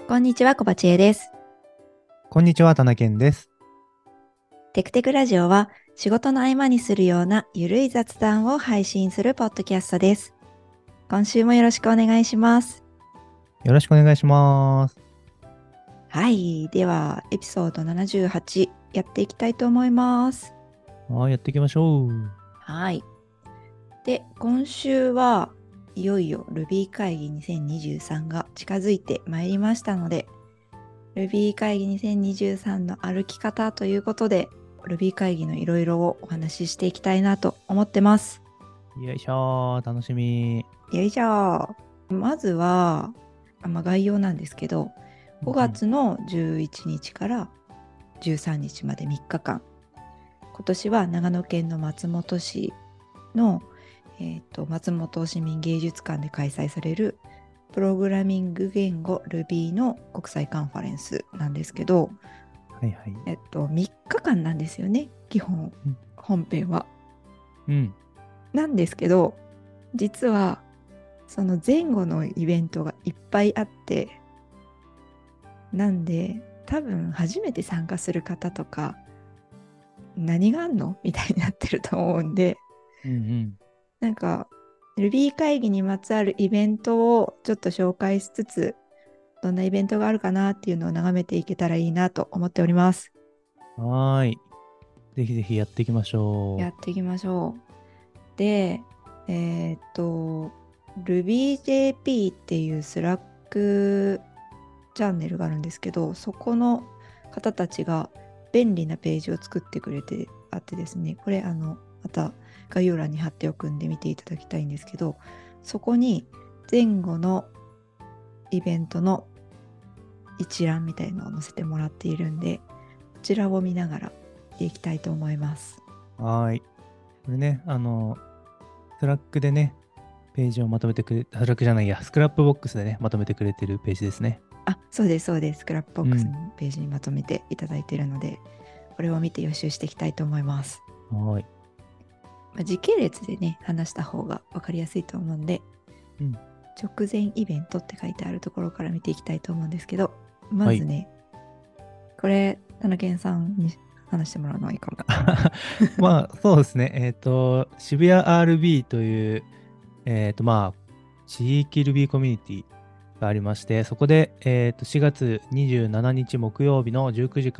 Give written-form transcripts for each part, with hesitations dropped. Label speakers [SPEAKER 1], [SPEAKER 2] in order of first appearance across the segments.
[SPEAKER 1] こんにちは、こばちえです。
[SPEAKER 2] こんにちは、田中健です。
[SPEAKER 1] テクテクラジオは仕事の合間にするようなゆるい雑談を配信するポッドキャストです。今週もよろしくお願いします。
[SPEAKER 2] よろしくお願いします。
[SPEAKER 1] はい。では、エピソード78やっていきたいと思います。
[SPEAKER 2] はい、やっていきましょう。
[SPEAKER 1] はい。で、今週はいよいよ Ruby 会議2023が近づいてまいりましたので、Ruby 会議2023の歩き方ということで、Ruby 会議のいろいろをお話ししていきたいなと思ってます。
[SPEAKER 2] よいしょー、楽しみ。
[SPEAKER 1] よいしょ。まずは、概要なんですけど、5
[SPEAKER 2] うん
[SPEAKER 1] 月の11日から13日まで3日間、今年は長野県の松本市の、松本市民芸術館で開催されるプログラミング言語 Ruby の国際カンファレンスなんですけど、
[SPEAKER 2] はいはい。
[SPEAKER 1] 3日間なんですよね、基本、
[SPEAKER 2] うん。
[SPEAKER 1] 本編は。
[SPEAKER 2] うん。
[SPEAKER 1] なんですけど、実はその前後のイベントがいっぱいあって、なんで多分初めて参加する方とか、何があんのみたいになってると思うんで、
[SPEAKER 2] うん。
[SPEAKER 1] なんか Ruby 会議にまつわるイベントをちょっと紹介しつつ、どんなイベントがあるかなっていうのを眺めていけたらいいなと思っております。
[SPEAKER 2] はーい。ぜひぜひやっていきましょ
[SPEAKER 1] やっていきましょう。で、RubyJP っていうスラックチャンネルがあるんですけど、そこの方たちが便利なページを作ってくれてあってですね、これまた概要欄に貼っておくんで見ていただきたいんですけど、そこに前後のイベントの一覧みたいのを載せてもらっているんで、こちらを見ながらいきたいと思います。
[SPEAKER 2] う。はーい。これね、スラックでね、ページをまとめてくれ、スラックじゃないや、スクラップボックスでね、まとめてくれてるページですね。
[SPEAKER 1] あ、そうです、そうです。スクラップボックス
[SPEAKER 2] うん。
[SPEAKER 1] のページにまとめていただいているので、これを見て予習していきたいと思います。
[SPEAKER 2] はーい。
[SPEAKER 1] 時系列でね、話した方が分かりやすいと思うんで、
[SPEAKER 2] うん。
[SPEAKER 1] 直前イベントって書いてあるところから見ていきたいと思うんですけど、ま
[SPEAKER 2] はい。
[SPEAKER 1] ずね、これ、田中健さんに話してもらうのはいいかも。
[SPEAKER 2] まあ、そうですね。渋谷 RB という、まあ、地域 Ruby コミュニティがありまして、そこで、4月27日木曜日の19時から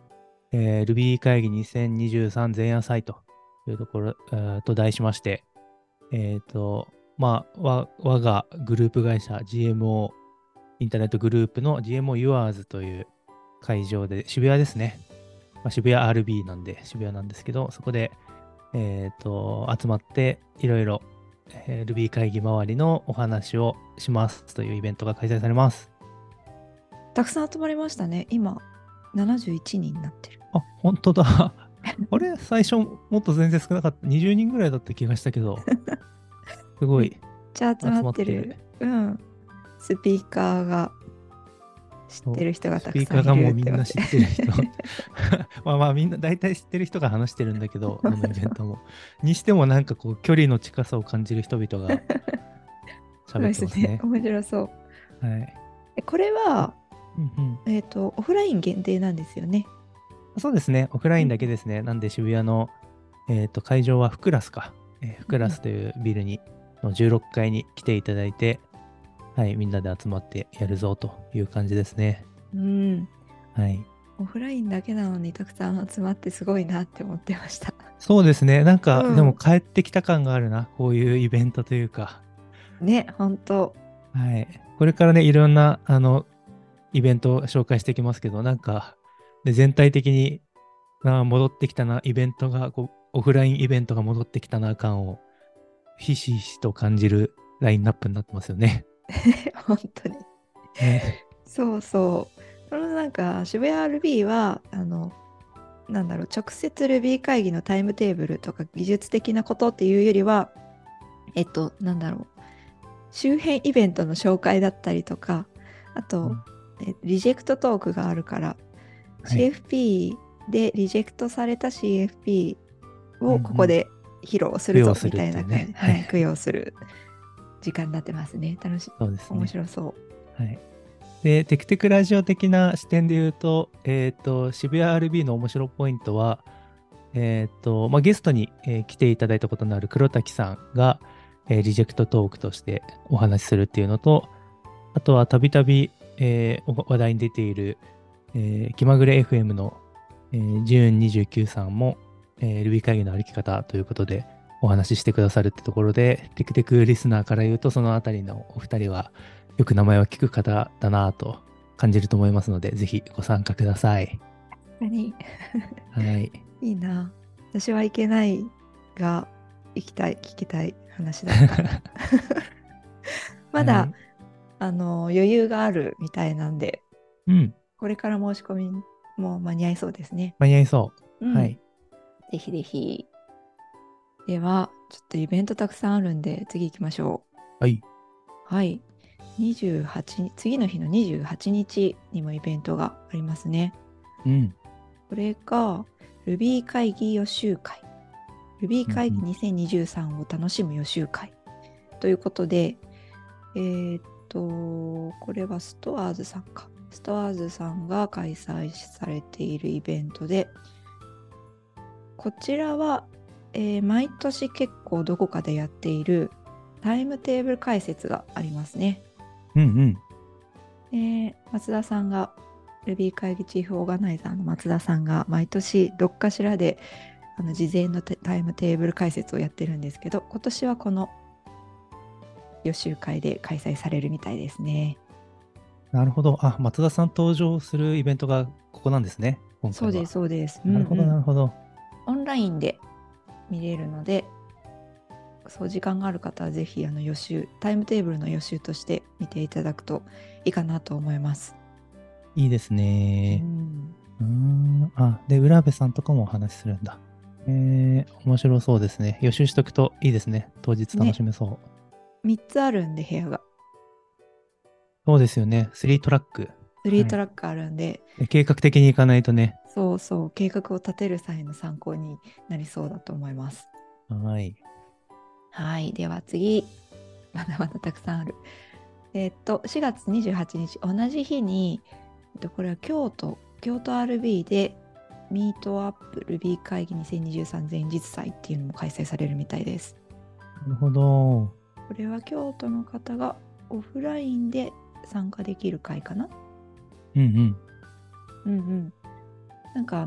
[SPEAKER 2] 、Ruby 会議2023前夜祭というところ、と題しまして、えっと、まあ、我がグループ会社 GMO インターネットグループの GMO Yours という会場で、渋谷ですね。まあ、渋谷 RB なんで、渋谷なんですけど、そこで、集まって、いろいろ、Ruby 会議周りのお話をしますというイベントが開催されます。
[SPEAKER 1] たくさん集まりましたね。今、71人になってる。
[SPEAKER 2] あ、本当だ。あれ、最初もっと全然少なかった。20人ぐらいだった気がしたけど、すご
[SPEAKER 1] めっ
[SPEAKER 2] い
[SPEAKER 1] ちゃ集まっ
[SPEAKER 2] 集まって、
[SPEAKER 1] てる。うん。スピーカーが知ってる人が
[SPEAKER 2] ス
[SPEAKER 1] たくさんい
[SPEAKER 2] ピーカーが
[SPEAKER 1] るって思って。
[SPEAKER 2] もうみんな知ってる人。まあまあみんな大体知ってる人が話してるんだけど、どのイベントも。にしてもなんかこう距離の近さを感じる人々が
[SPEAKER 1] そう
[SPEAKER 2] 喋っ
[SPEAKER 1] ですね。
[SPEAKER 2] てますね。
[SPEAKER 1] 面白そう。
[SPEAKER 2] はい。
[SPEAKER 1] これは、
[SPEAKER 2] うんうん。
[SPEAKER 1] オフライン限定なんですよね。
[SPEAKER 2] そうですね。オフライン
[SPEAKER 1] うん。
[SPEAKER 2] だけですね。なんで渋谷の、会場はフクラスか。フクラ
[SPEAKER 1] うん
[SPEAKER 2] スというビルに、の16階に来ていただいて、はい、みんなで集まってやるぞという感じですね。
[SPEAKER 1] うん。
[SPEAKER 2] はい。
[SPEAKER 1] オフラインだけなのにたくさん集まってすごいなって思ってました。
[SPEAKER 2] そうですね。なんか、でも
[SPEAKER 1] うん。
[SPEAKER 2] 帰ってきた感があるな。こういうイベントというか。
[SPEAKER 1] ね、本当。
[SPEAKER 2] はい。これからね、いろんな、イベントを紹介していきますけど、なんか、で全体的に、戻ってきたな、イベントが、こう、オフラインイベントが戻ってきたな感を、ひしひしと感じるラインナップになってますよね。
[SPEAKER 1] 本当に。
[SPEAKER 2] ね。
[SPEAKER 1] そうそう。このなんか渋谷 RB は、なんだろう、直接 Ruby 会議のタイムテーブルとか技術的なことっていうよりは、なんだろう、周辺イベントの紹介だったりとか、あと、
[SPEAKER 2] うん。
[SPEAKER 1] リジェクトトークがあるから、
[SPEAKER 2] はい。
[SPEAKER 1] CFP でリジェクトされた CFP
[SPEAKER 2] うんうん。
[SPEAKER 1] をここで披露す
[SPEAKER 2] 供養
[SPEAKER 1] るぞみた
[SPEAKER 2] するっていうね。
[SPEAKER 1] いな感じ、供
[SPEAKER 2] はい。
[SPEAKER 1] 養する時間になってますね。楽しい、
[SPEAKER 2] そうですね。
[SPEAKER 1] 面白そ
[SPEAKER 2] はい。 で、テクテクラジオ的な視点で言うと、渋谷 RB の面白ポイントは、ゲストに、来ていただいたことのある黒滝さんが、リジェクトトークとしてお話しするっていうのと、あとはたびたび話題に出ている、気まぐれ FM の、ジューン29さんも、Ruby 会議の歩き方ということでお話ししてくださるってところで、テクテクリスナーから言うと、そのあたりのお二人はよく名前を聞く方だなと感じると思いますので、ぜひご参加ください。
[SPEAKER 1] 何
[SPEAKER 2] はい。
[SPEAKER 1] いいな。私は行けないが、行きたい、聞きたい話だった。まだ、
[SPEAKER 2] はい。
[SPEAKER 1] 余裕があるみたいなんで、
[SPEAKER 2] うん。
[SPEAKER 1] これから申し込みも間に合いそうですね。
[SPEAKER 2] 間に合いそう。
[SPEAKER 1] うん。
[SPEAKER 2] はい。
[SPEAKER 1] ぜひぜひ。では、ちょっとイベントたくさんあるんで、次行きましょ
[SPEAKER 2] はい。
[SPEAKER 1] う。はい。次の日の28日にもイベントがありますね。
[SPEAKER 2] うん。
[SPEAKER 1] これが Ruby 会議予習会。Ruby
[SPEAKER 2] うんうん。
[SPEAKER 1] 会議2023を楽しむ予習会ということで、これはストアーズさんか。ストアーズさんが開催されているイベントで、こちらは、毎年結構どこかでやっているタイムテーブル解説がありますね。
[SPEAKER 2] うんうん。
[SPEAKER 1] 松田さんが Ruby 会議チーフオーガナイザーの松田さんが毎年どっかしらで事前のタイムテーブル解説をやってるんですけど、今年はこの予習会で開催されるみたいですね。
[SPEAKER 2] なるほど。あ、松田さん登場するイベントがここなんですね、今回は。
[SPEAKER 1] そうです、そうです。うん
[SPEAKER 2] なるほど、
[SPEAKER 1] うん。
[SPEAKER 2] なるほど。
[SPEAKER 1] オンラインで見れるので、そう時間がある方はぜひ予習、タイムテーブルの予習として見ていただくといいかなと思います。
[SPEAKER 2] いいです
[SPEAKER 1] う
[SPEAKER 2] ね。
[SPEAKER 1] ん、
[SPEAKER 2] あ、で、浦部さんとかもお話しするんだ。面白そうですね。予習しとくといいですね。当日楽
[SPEAKER 1] ね、
[SPEAKER 2] しめそう。
[SPEAKER 1] 3つあるんで部屋が。
[SPEAKER 2] そうですよね。3トラック。
[SPEAKER 1] 3
[SPEAKER 2] はい。
[SPEAKER 1] トラックあるんで、
[SPEAKER 2] で計画的に行かないとね。
[SPEAKER 1] そうそう、計画を立てる際の参考になりそうだと思います。
[SPEAKER 2] はい。
[SPEAKER 1] はい、では次、まだまだたくさんある。4月28日、同じ日に、これは京都 RB でミートアップ Ruby 会議2023前日祭っていうのも開催されるみたいです。
[SPEAKER 2] なるほど。
[SPEAKER 1] これは京都の方がオフラインで参加できる会かな。
[SPEAKER 2] うんうん。
[SPEAKER 1] うんうん。なんか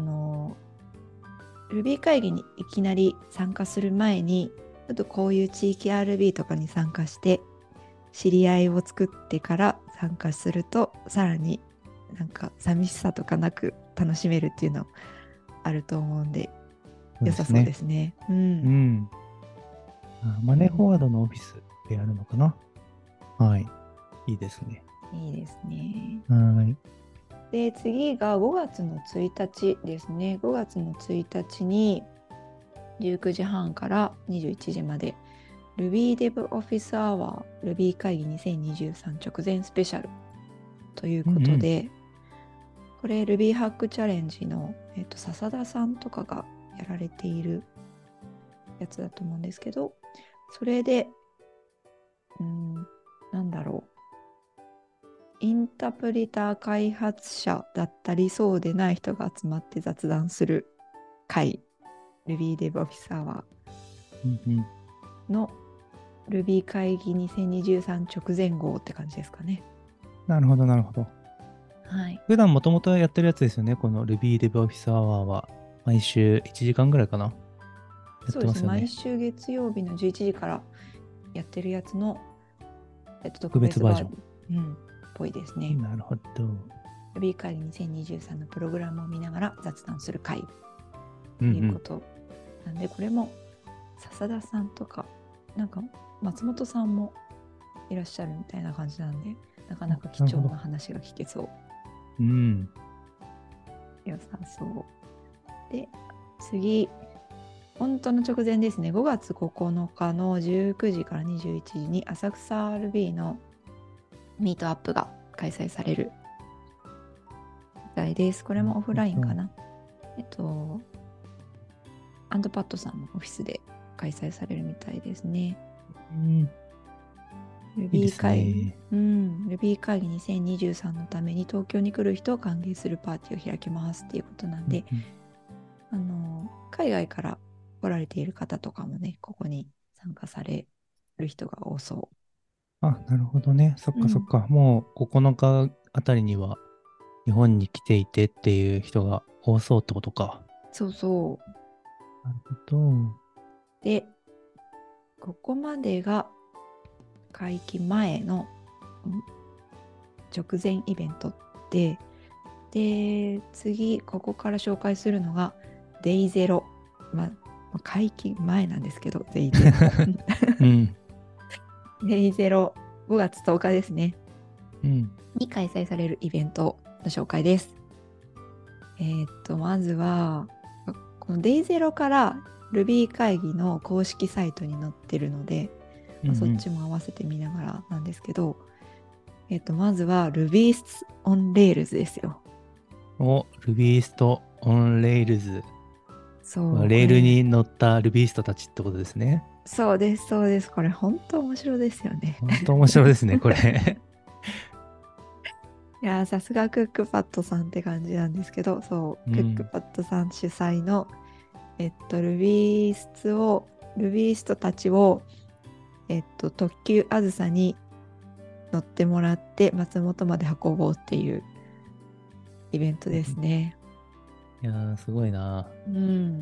[SPEAKER 1] Ruby 会議にいきなり参加する前に、ちょっとこういう地域 RB とかに参加して、知り合いを作ってから参加すると、さらになんか寂しさとかなく楽しめるっていうのあると思うんで、良さそうで
[SPEAKER 2] そうですね。
[SPEAKER 1] すね。うん。
[SPEAKER 2] うん。マネーフォワードのオフィスでやるのかな。はい。いいですね。
[SPEAKER 1] いいですね。
[SPEAKER 2] はい。
[SPEAKER 1] で、次が5月の1日ですね。5月の1日に19時半から21時まで Ruby Dev Office Hour Ruby 会議2023直前スペシャルという
[SPEAKER 2] うんうん。
[SPEAKER 1] ことで、これ Ruby ハックチャレンジの、笹田さんとかがやられているやつだと思うんですけど、それで、なんだろう、インタプリター開発者だったりそうでない人が集まって雑談する会、Ruby Dev Office Hour
[SPEAKER 2] うんうん。
[SPEAKER 1] の Ruby 会議2023直前号って感じですかね。
[SPEAKER 2] なるほど、なるほど。
[SPEAKER 1] はい。
[SPEAKER 2] 普段もともとやってるやつですよね。この Ruby Dev Office Hour は。毎週1時間ぐらいかな。やっ
[SPEAKER 1] そうですね。
[SPEAKER 2] てますよね。
[SPEAKER 1] 毎週月曜日の11時からやってるやつの、特
[SPEAKER 2] 特別バージョ
[SPEAKER 1] 別バージョン、っぽいですね。
[SPEAKER 2] ン。なるほど。
[SPEAKER 1] Ruby 会議2023のプログラムを見ながら雑談する会
[SPEAKER 2] うんうん。
[SPEAKER 1] ということなんで、これも笹田さんとか、なんか松本さんもいらっしゃるみたいな感じなんで、なかなか貴
[SPEAKER 2] なるほど。
[SPEAKER 1] 重な話が聞けそう。
[SPEAKER 2] うん。
[SPEAKER 1] 良さそう。で、次、本当の直前ですね。5月9日の19時から21時に浅草 RB のミートアップが開催されるみたいです。これもオフラインかな。アンドパッドさんのオフィスで開催されるみたいですね。
[SPEAKER 2] うん。 いいで
[SPEAKER 1] Ruby
[SPEAKER 2] す
[SPEAKER 1] 会議、
[SPEAKER 2] ね。
[SPEAKER 1] Ruby 会議2023のために東京に来る人を歓迎するパーティーを開きますっていうことなんで、
[SPEAKER 2] うん
[SPEAKER 1] 海外から来られている方とかもね、ここに参加される人が多そ
[SPEAKER 2] あ、なるほどね。そっ
[SPEAKER 1] う。うん、
[SPEAKER 2] かそっか。もう9日あたりには日本に来ていてっていう人が多そうってことか。
[SPEAKER 1] そうそ
[SPEAKER 2] なるほど。
[SPEAKER 1] う。で、ここまでが会期前の直前イベントで、次、ここから紹介するのが、デイゼロ。会期前なんですけど、デイゼロ。
[SPEAKER 2] うん。
[SPEAKER 1] デイゼロ、5月10日ですね。
[SPEAKER 2] うん。
[SPEAKER 1] に開催されるイベントの紹介です。まずは、このデイゼロから Ruby 会議の公式サイトに載ってるので、そっちも合わせて見ながらなんですけど、まずは Ruby on Rails ですよ。
[SPEAKER 2] Rubyist on Rails。
[SPEAKER 1] そう、
[SPEAKER 2] レールに乗ったルビーストたちってことですね。
[SPEAKER 1] そうです、そうです。これ本当面白いですよね。
[SPEAKER 2] 本当面白いですね、これ。
[SPEAKER 1] いやさすがクックパッドさんって感じなんですけど、そう、クックパッドさん主催の、ルビーストたちを、特急あずさに乗ってもらって松本まで運ぼうっていうイベントですね。
[SPEAKER 2] いやー、すごいな。
[SPEAKER 1] うん。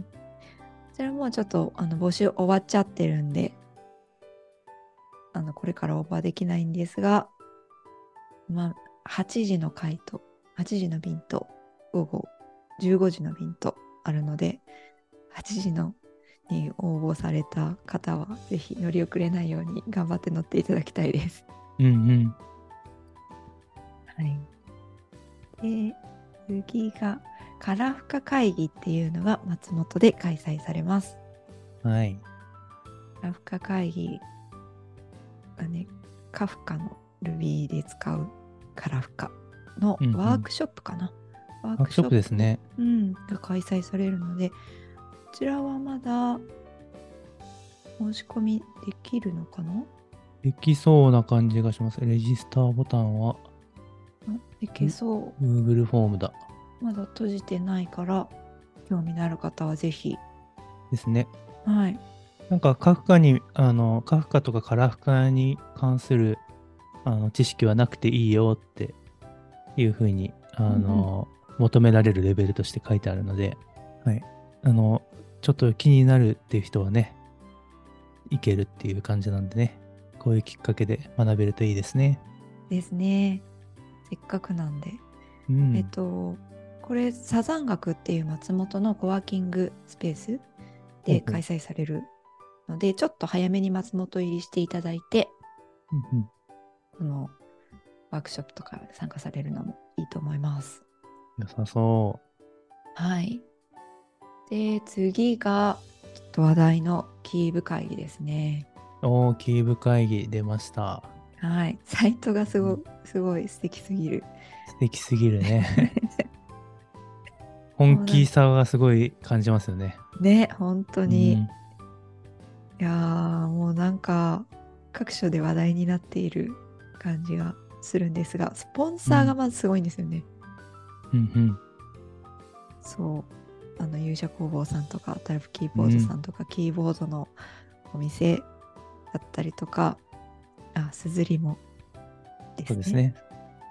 [SPEAKER 1] それもちょっと募集終わっちゃってるんで、これからオーバーできないんですが、8時の回と、8時の便と、午後15時の便とあるので、8時のに応募された方は、ぜひ乗り遅れないように頑張って乗っていただきたいです。
[SPEAKER 2] うんうん。
[SPEAKER 1] はい。で、次が、カラフカ会議っていうのが松本で開催されます。
[SPEAKER 2] はい。
[SPEAKER 1] カラフカ会議がね、カフカの Ruby で使うカラフカのワークショップかな。ワ
[SPEAKER 2] ークショップですね。
[SPEAKER 1] が開催されるので、こちらはまだ申し込みできるのかな。
[SPEAKER 2] できそうな感じがします。レジスターボタンは
[SPEAKER 1] できそう。
[SPEAKER 2] Google フォームだ。
[SPEAKER 1] まだ閉じてないから、興味のある方はぜひ。
[SPEAKER 2] ですね。
[SPEAKER 1] はい。
[SPEAKER 2] なんかカフカに、カフカとかカラフカに関する知識はなくていいよっていうふうに、求められるレベルとして書いてあるので、はい。ちょっと気になるっていう人はね、いけるっていう感じなんでね、こういうきっかけで学べるといいですね。
[SPEAKER 1] ですね。せっかくなんで。
[SPEAKER 2] うん。
[SPEAKER 1] これ、サザン学っていう松本のコワーキングスペースで開催されるので、ちょっと早めに松本入りしていただいて、このワークショップとか参加されるのもいいと思います。
[SPEAKER 2] 良さそ
[SPEAKER 1] う。はい。で、次が、ちょっと話題のキーブ会議ですね。
[SPEAKER 2] キーブ会議出ました。
[SPEAKER 1] はい。サイトがすごい素敵すぎる。
[SPEAKER 2] 素敵すぎるね。本気さがすごい感じますよね。
[SPEAKER 1] ね、本当に。いやー、もうなんか、各所で話題になっている感じがするんですが、スポンサーがまずすごいんですよね。そう。勇者工房さんとか、タルプキーボードさんとか、キーボードのお店だったりとか、すずりもですね。
[SPEAKER 2] そうですね。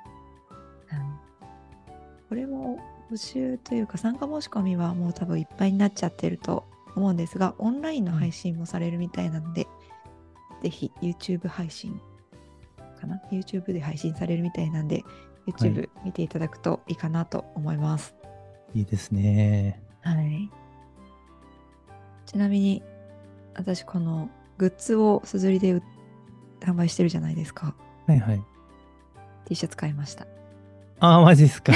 [SPEAKER 1] これも募集というか参加申し込みはもう多分いっぱいになっちゃってると思うんですが、オンラインの配信もされるみたいなので、ぜひ YouTube 配信かな YouTube で配信されるみたいなんで、YouTube 見ていただくといいかなと思います。
[SPEAKER 2] いいですね。
[SPEAKER 1] はい。ちなみに、私このグッズをすずりで販売してるじゃないですか。
[SPEAKER 2] はいはい。
[SPEAKER 1] T シャツ買いました。
[SPEAKER 2] マジっすか。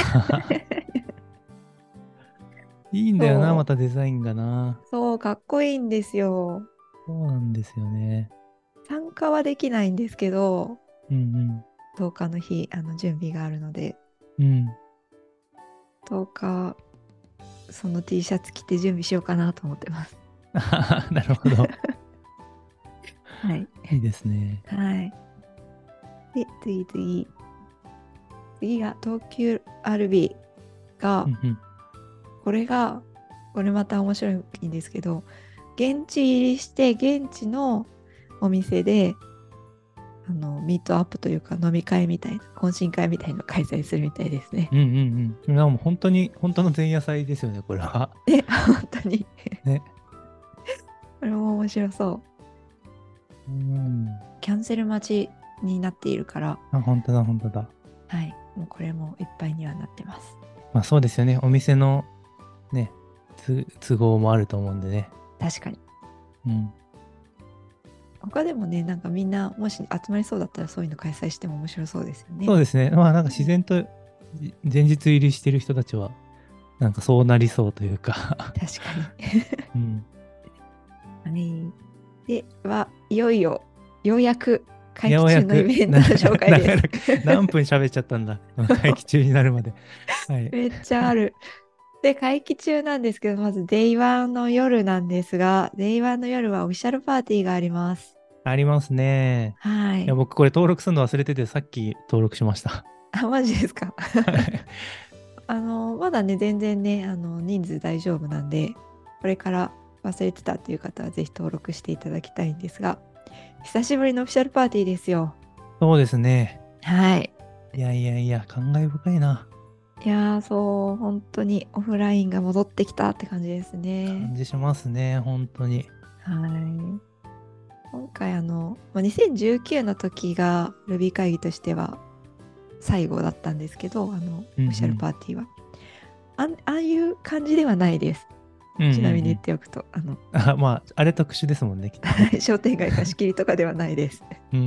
[SPEAKER 2] いいんだよな、またデザインがな。
[SPEAKER 1] そう、かっこいいんですよ。
[SPEAKER 2] そうなんですよね。
[SPEAKER 1] 参加はできないんですけど、
[SPEAKER 2] 10
[SPEAKER 1] 日の日、準備があるので、10日、その T シャツ着て準備しようかなと思ってます。
[SPEAKER 2] なるほど。
[SPEAKER 1] はい。
[SPEAKER 2] いいですね。
[SPEAKER 1] はい。 で、次が東急 RB が、これまた面白いんですけど、現地入りして現地のお店でミートアップというか飲み会みたいな懇親会みたいなのを開催するみたいですね。
[SPEAKER 2] もう本当の前夜祭ですよね、これは。
[SPEAKER 1] 本当に
[SPEAKER 2] ね。
[SPEAKER 1] これも面白そう。キャンセル待ちになっているから。
[SPEAKER 2] 本当だ。
[SPEAKER 1] はい。もうこれもいっぱいにはなってます。
[SPEAKER 2] まあそうですよね。お店のね、都合もあると思うんでね。
[SPEAKER 1] 確かに。他でもね、なんかみんなもし集まりそうだったらそういうの開催しても面白そうですよね。
[SPEAKER 2] そうですね。まあなんか自然と前日入りしてる人たちは、なんかそうなりそうというか
[SPEAKER 1] 確か
[SPEAKER 2] に。
[SPEAKER 1] はい。でいようやく会期中のイベントの紹介です。
[SPEAKER 2] 何分喋っちゃったんだ。会期中になるまで。はい、
[SPEAKER 1] めっちゃある。で、会期中なんですけど、まず Day1 の夜なんですが、Day1 の夜はオフィシャルパーティーがあります。
[SPEAKER 2] ありますね。
[SPEAKER 1] はい。
[SPEAKER 2] いや、僕これ登録するの忘れてて、さっき登録しました。
[SPEAKER 1] マジですか。
[SPEAKER 2] はい。
[SPEAKER 1] まだね、全然ね、人数大丈夫なんで、これから忘れてたっていう方はぜひ登録していただきたいんですが、久しぶりのオフィシャルパーティーですよ。
[SPEAKER 2] そうですね。
[SPEAKER 1] はい。
[SPEAKER 2] いや、感慨深いな。
[SPEAKER 1] いやー、そう、本当にオフラインが戻ってきたって感じですね。
[SPEAKER 2] 感じしますね、本当に。
[SPEAKER 1] はい。今回2019の時が Ruby 会議としては最後だったんですけど、オフィシャルパーティーは。ああいう感じではないです。ちなみに言っておくと。
[SPEAKER 2] まあ、あれ特殊ですもんね、きっとね。
[SPEAKER 1] 商店街貸し切りとかではないです。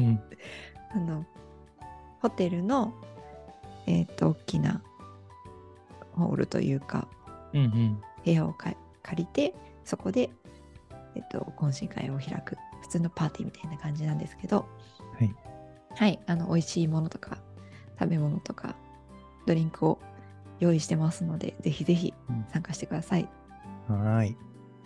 [SPEAKER 1] ホテルの、大きなホールというか、部屋を借りて、そこで、懇親会を開く、普通のパーティーみたいな感じなんですけど、はい、美味しいものとか、食べ物とか、ドリンクを用意してますので、ぜひぜひ参加してください。
[SPEAKER 2] はい。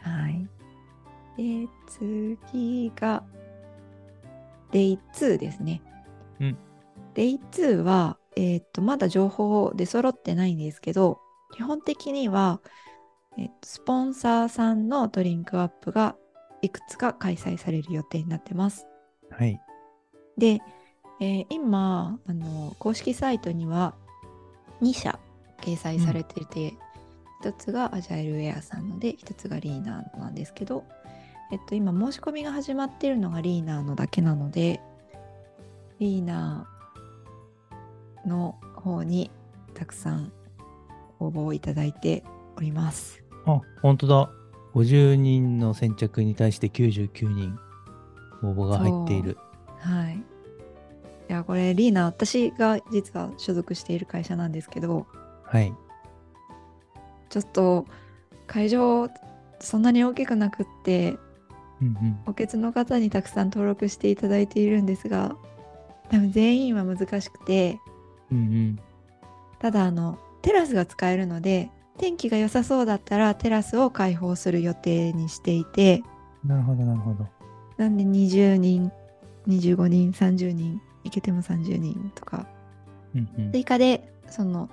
[SPEAKER 1] で、次が、Day2 ですね。Day2 は、まだ情報出揃ってないんですけど、基本的には、スポンサーさんのドリンクアップがいくつか開催される予定になってます。
[SPEAKER 2] はい。
[SPEAKER 1] で、今公式サイトには2社掲載されていて、1つがアジャイルウェアさんので、1つがリーナーなんですけど、今申し込みが始まっているのがリーナーのだけなので、リーナーの方にたくさん応募をいただいております。
[SPEAKER 2] 本当だ。50人の先着に対して99人応募が入っている。
[SPEAKER 1] はい。いや、これリーナー、私が実は所属している会社なんですけど、
[SPEAKER 2] はい。
[SPEAKER 1] ちょっと会場そんなに大きくなくって、補欠の方にたくさん登録していただいているんですが、多分全員は難しくて、ただテラスが使えるので、天気が良さそうだったらテラスを開放する予定にしていて、
[SPEAKER 2] なるほど。
[SPEAKER 1] なんで20人、25人、30人、いけても30人とか、追加でその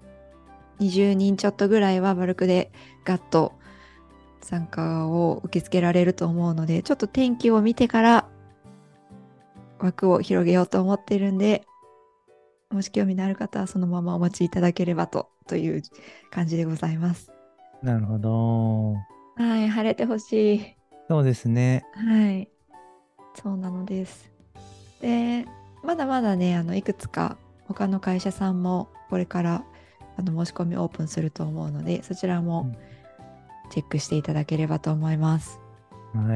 [SPEAKER 1] 20人ちょっとぐらいはバルクでガッと参加を受け付けられると思うので、ちょっと天気を見てから枠を広げようと思ってるんで、もし興味のある方はそのままお待ちいただければという感じでございます。
[SPEAKER 2] なるほど。
[SPEAKER 1] はい、晴れてほしい。
[SPEAKER 2] そうですね。
[SPEAKER 1] はい、そうなのです。で、まだまだね、いくつか他の会社さんもこれから申し込みオープンすると思うので、そちらもチェックしていただければと思います。
[SPEAKER 2] はい。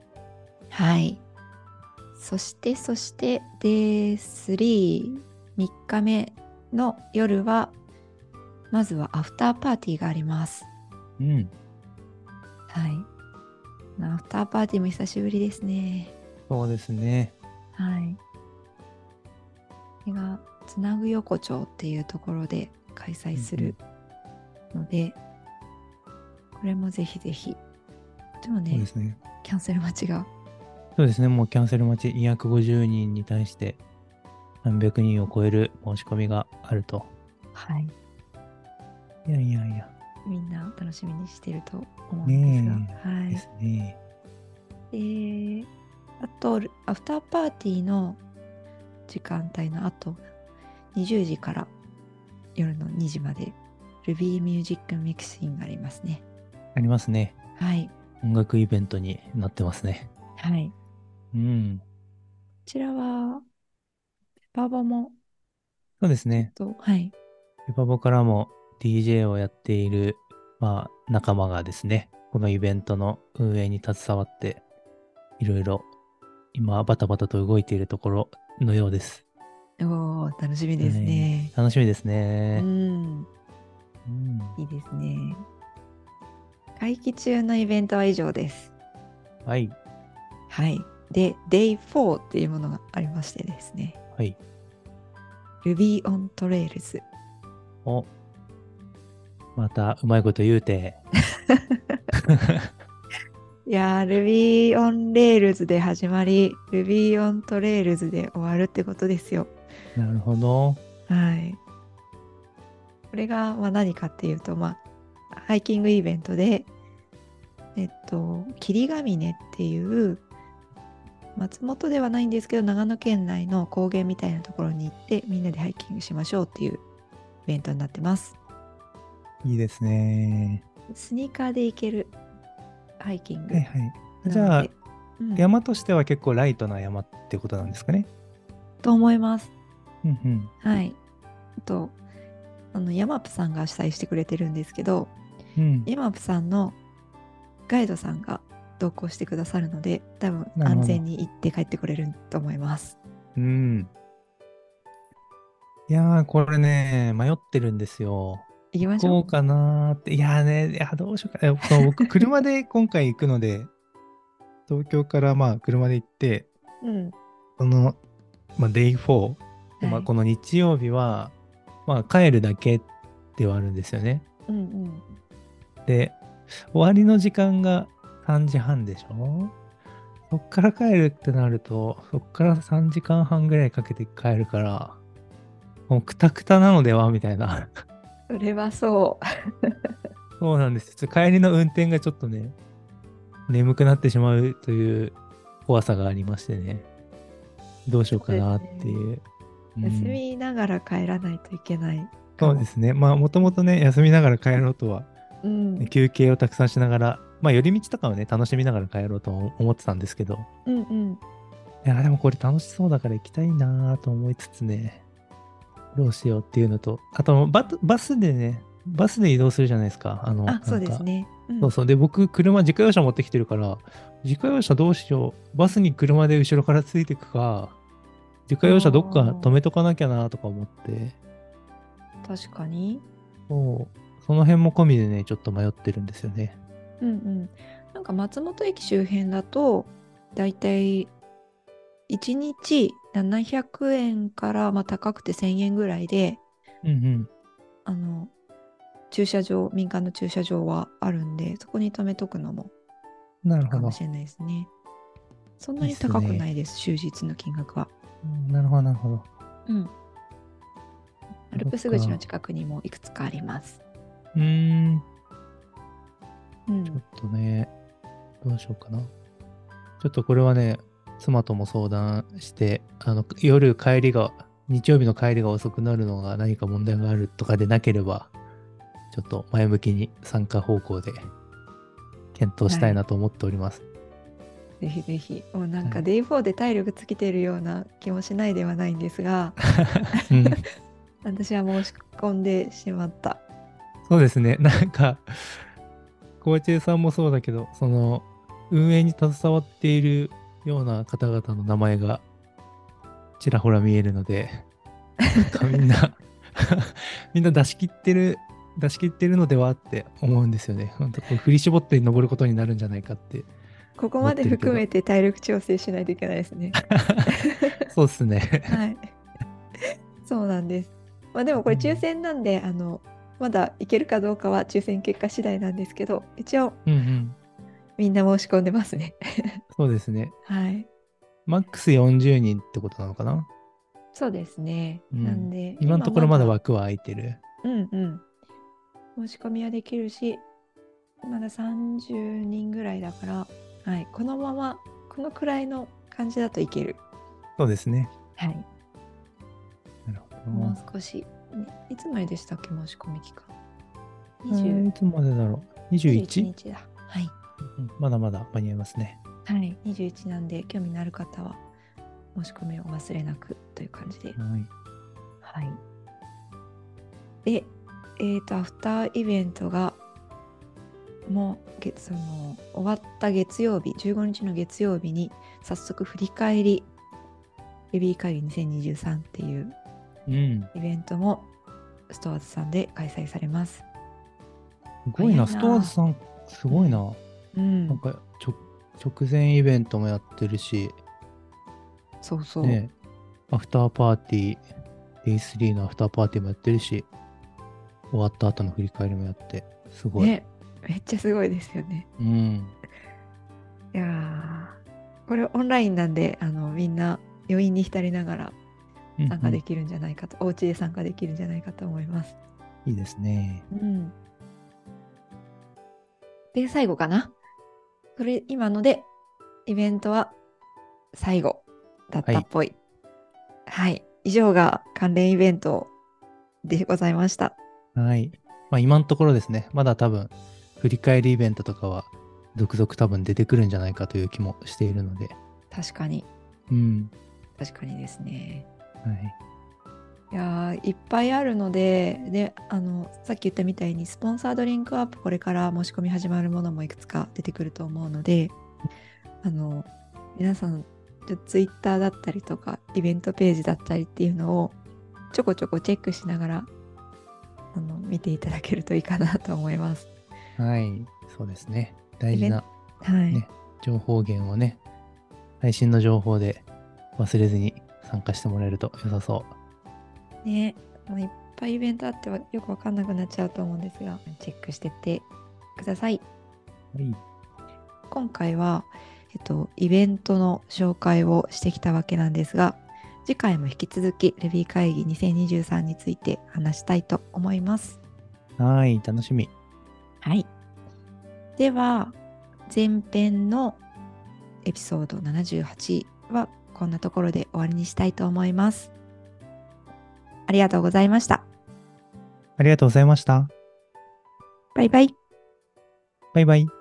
[SPEAKER 1] そして Day3、3日目の夜は、まずはアフターパーティーがあります。アフターパーティーも久しぶりですね。
[SPEAKER 2] そうですね。
[SPEAKER 1] これがつなぐ横丁っていうところで開催するので、これもぜひぜひ。でもね、
[SPEAKER 2] そうですね。
[SPEAKER 1] キャンセル待ちが。
[SPEAKER 2] そうですね。もうキャンセル待ち250人に対して何百人を超える申し込みがあると。
[SPEAKER 1] はい。
[SPEAKER 2] いやいやいや。
[SPEAKER 1] みんな楽しみにしていると思うんですが。
[SPEAKER 2] ねえ。
[SPEAKER 1] はい。
[SPEAKER 2] ですね。
[SPEAKER 1] あと、アフターパーティーの時間帯の後、20時から夜の2時まで Ruby Music Mixing がありますね。
[SPEAKER 2] ありますね。
[SPEAKER 1] はい。
[SPEAKER 2] 音楽イベントになってますね。
[SPEAKER 1] はい。
[SPEAKER 2] うん。
[SPEAKER 1] こちらは、ペパボも
[SPEAKER 2] そうですね。
[SPEAKER 1] はい。
[SPEAKER 2] ペパボからも DJ をやっている、まあ、仲間がですね、このイベントの運営に携わって、いろいろ今バタバタと動いているところのようです。
[SPEAKER 1] おー、楽しみです
[SPEAKER 2] はい。
[SPEAKER 1] ね。
[SPEAKER 2] 楽しみです
[SPEAKER 1] う
[SPEAKER 2] ね。
[SPEAKER 1] ん。
[SPEAKER 2] うん。
[SPEAKER 1] いいですね。会期中のイベントは以上です。
[SPEAKER 2] はい。
[SPEAKER 1] はい。で、Day4 っていうものがありましてですね。
[SPEAKER 2] はい。
[SPEAKER 1] Ruby on Trails。
[SPEAKER 2] お、またうまいこと言うて。
[SPEAKER 1] いやー、Ruby on Rails で始まり、Ruby on Trails で終わるってことですよ。
[SPEAKER 2] なるほど。
[SPEAKER 1] はい。これが何かっていうと、ハイキングイベントで、霧ヶ峰っていう松本ではないんですけど長野県内の高原みたいなところに行ってみんなでハイキングしましょうっていうイベントになってます。
[SPEAKER 2] いいですね。
[SPEAKER 1] スニーカーで行けるハイキング
[SPEAKER 2] はいはい。
[SPEAKER 1] な
[SPEAKER 2] じゃあ、
[SPEAKER 1] ので、
[SPEAKER 2] 山としては結構ライトな山ってことなんですかね。
[SPEAKER 1] と思います。
[SPEAKER 2] うんうん。
[SPEAKER 1] はい。ヤマップさんが主催してくれてるんですけど、
[SPEAKER 2] うん。
[SPEAKER 1] ヤマップさんのガイドさんが同行してくださるので、多分安
[SPEAKER 2] なるほど。
[SPEAKER 1] 全に行って帰ってくれると思います。
[SPEAKER 2] うん。いやー、これね、迷ってるんですよ。
[SPEAKER 1] 行きましょう。
[SPEAKER 2] 行こうかなーって。いやーね、いや、どうしようか。僕、車で今回行くので、東京からまあ、車で行って、
[SPEAKER 1] うん。
[SPEAKER 2] その、デイ4、で、
[SPEAKER 1] はい。
[SPEAKER 2] この日曜日は、帰るだけではあるんですよね。
[SPEAKER 1] うんうん。
[SPEAKER 2] で、終わりの時間が3時半でしょ。そっから帰るってなると、そっから3時間半ぐらいかけて帰るから、もうクタクタなのではみたいな。
[SPEAKER 1] それはそう。
[SPEAKER 2] そうなんです。帰りの運転がちょっとね、眠くなってしまうという怖さがありましてね。どうしよう
[SPEAKER 1] そうです
[SPEAKER 2] かなって
[SPEAKER 1] ね。
[SPEAKER 2] いう。う
[SPEAKER 1] 休
[SPEAKER 2] ん。
[SPEAKER 1] みながら帰らないといけないかも。
[SPEAKER 2] そうですね。もともとね、休みながら帰ろうとは、
[SPEAKER 1] うん。
[SPEAKER 2] 休憩をたくさんしながら、寄り道とかをね、楽しみながら帰ろうと思ってたんですけど、
[SPEAKER 1] うんうん。
[SPEAKER 2] いや、でもこれ楽しそうだから行きたいなと思いつつね、どうしようっていうのと、あとバスでね、バスで移動するじゃないですか。
[SPEAKER 1] あ、そうですね。うん。
[SPEAKER 2] そうそう。で、僕、自家用車持ってきてるから、自家用車どうしよう。バスに車で後ろからついてくか、自家用車どっか止めとかなきゃなとか思って、
[SPEAKER 1] 確かに。
[SPEAKER 2] そう、その辺も込みでね、ちょっと迷ってるんですよね。
[SPEAKER 1] うんうん。なんか松本駅周辺だと、だいたい1日700円から高くて1000円ぐらいで、
[SPEAKER 2] うん
[SPEAKER 1] あの、民間の駐車場はあるんで、そこに止めとくのも
[SPEAKER 2] うん。な
[SPEAKER 1] い
[SPEAKER 2] るほど。
[SPEAKER 1] いかもしれないですね。そん
[SPEAKER 2] いいっ
[SPEAKER 1] なに高くな
[SPEAKER 2] すね。
[SPEAKER 1] いです、終日の金額は。
[SPEAKER 2] なるほど、なるほど。
[SPEAKER 1] うん。アル
[SPEAKER 2] そっ
[SPEAKER 1] プス口の
[SPEAKER 2] か。
[SPEAKER 1] 近くにもいくつかあります。
[SPEAKER 2] うーん。
[SPEAKER 1] うん。
[SPEAKER 2] ちょっとね、どうしようかな。ちょっとこれはね、妻とも相談して、日曜日の帰りが遅くなるのが何か問題があるとかでなければ、ちょっと前向きに参加方向で検討したい
[SPEAKER 1] はい。
[SPEAKER 2] なと思っております。
[SPEAKER 1] ぜひぜひ。もうなんか
[SPEAKER 2] はい。
[SPEAKER 1] Day4 で体力尽きてるような気もしないではないんですが、
[SPEAKER 2] うん。
[SPEAKER 1] 私は申し込んでしまった。
[SPEAKER 2] そうですね。なんか、コーチェさんもそうだけど、運営に携わっているような方々の名前がちらほら見えるので、なんかみんなみんな出し切ってるのではって思うんですよね。本当こう振り絞って登ることになるんじゃないかって思っ
[SPEAKER 1] ここまで
[SPEAKER 2] てるけど。
[SPEAKER 1] 含めて体力調整しないといけないですね。
[SPEAKER 2] そうっすね。
[SPEAKER 1] はい。そうなんです。でもこれ抽
[SPEAKER 2] うん。
[SPEAKER 1] 選なんで、まだいけるかどうかは抽選結果次第なんですけど、一応
[SPEAKER 2] うんうん。
[SPEAKER 1] みんな申し込んでますね。
[SPEAKER 2] そうですね。
[SPEAKER 1] はい。
[SPEAKER 2] マックス40人ってことなのかな。
[SPEAKER 1] そうですね。なんで、
[SPEAKER 2] 今のところまだ枠は空いてる。
[SPEAKER 1] うんうん。申し込みはできるし、まだ30人ぐらいだから、はい、このまま、このくらいの感じだといける。
[SPEAKER 2] そうですね。
[SPEAKER 1] はい。
[SPEAKER 2] なるほど。
[SPEAKER 1] もう少し、いつまででしたっけ、申し込み期間。
[SPEAKER 2] いつまでだろう。
[SPEAKER 1] 21
[SPEAKER 2] 21?
[SPEAKER 1] 日だ。はい。
[SPEAKER 2] まだまだ間に合いますね。
[SPEAKER 1] はい。21なんで、興味のある方は、申し込みをお忘れなくという感じで。
[SPEAKER 2] はい。
[SPEAKER 1] はい。で、アフターイベントが、もう終わった月曜日、15日の月曜日に、早速振り返り、ベビー会議2023っていうイベントも、ストアーズさんで開催されます。
[SPEAKER 2] すごいな、ストアーズさん、すごいな。なんか直前イベントもやってるし、
[SPEAKER 1] そうそう。
[SPEAKER 2] ね、アフターパーティー、Day3 のアフターパーティーもやってるし、終わった後の振り返りもやって、すごい。
[SPEAKER 1] ね、めっちゃすごいですよね。いやこれオンラインなんで、みんな余韻に浸りながら参加できるんじゃないかと、お家で参加できるんじゃないかと思います。
[SPEAKER 2] いいですね。
[SPEAKER 1] で、最後かな。今ので、イベントは最後だったっぽい。はい。以上が関連イベントでございました。
[SPEAKER 2] はい。まあ今のところですね、まだ多分、振り返りイベントとかは、続々多分出てくるんじゃないかという気もしているので。
[SPEAKER 1] 確かに。確かにですね。
[SPEAKER 2] はい。
[SPEAKER 1] いやいっぱいあるので、さっき言ったみたいにスポンサードリンクアップこれから申し込み始まるものもいくつか出てくると思うので、皆さんツイッターだったりとかイベントページだったりっていうのをちょこちょこチェックしながら見ていただけるといいかなと思います。
[SPEAKER 2] はい、そうですね。大事な、情報源をね、最新の情報で忘れずに参加してもらえると良さそう。
[SPEAKER 1] ね、いっぱいイベントあってはよくわかんなくなっちゃうと思うんですが、チェックしてってください。
[SPEAKER 2] はい、
[SPEAKER 1] 今回は、イベントの紹介をしてきたわけなんですが、次回も引き続きレビー会議2023について話したいと思います。
[SPEAKER 2] はい、楽しみ。
[SPEAKER 1] はい。では、前編のエピソード78はこんなところで終わりにしたいと思います。ありがとうございました。
[SPEAKER 2] ありがとうございました。
[SPEAKER 1] バイバイ。
[SPEAKER 2] バイバイ。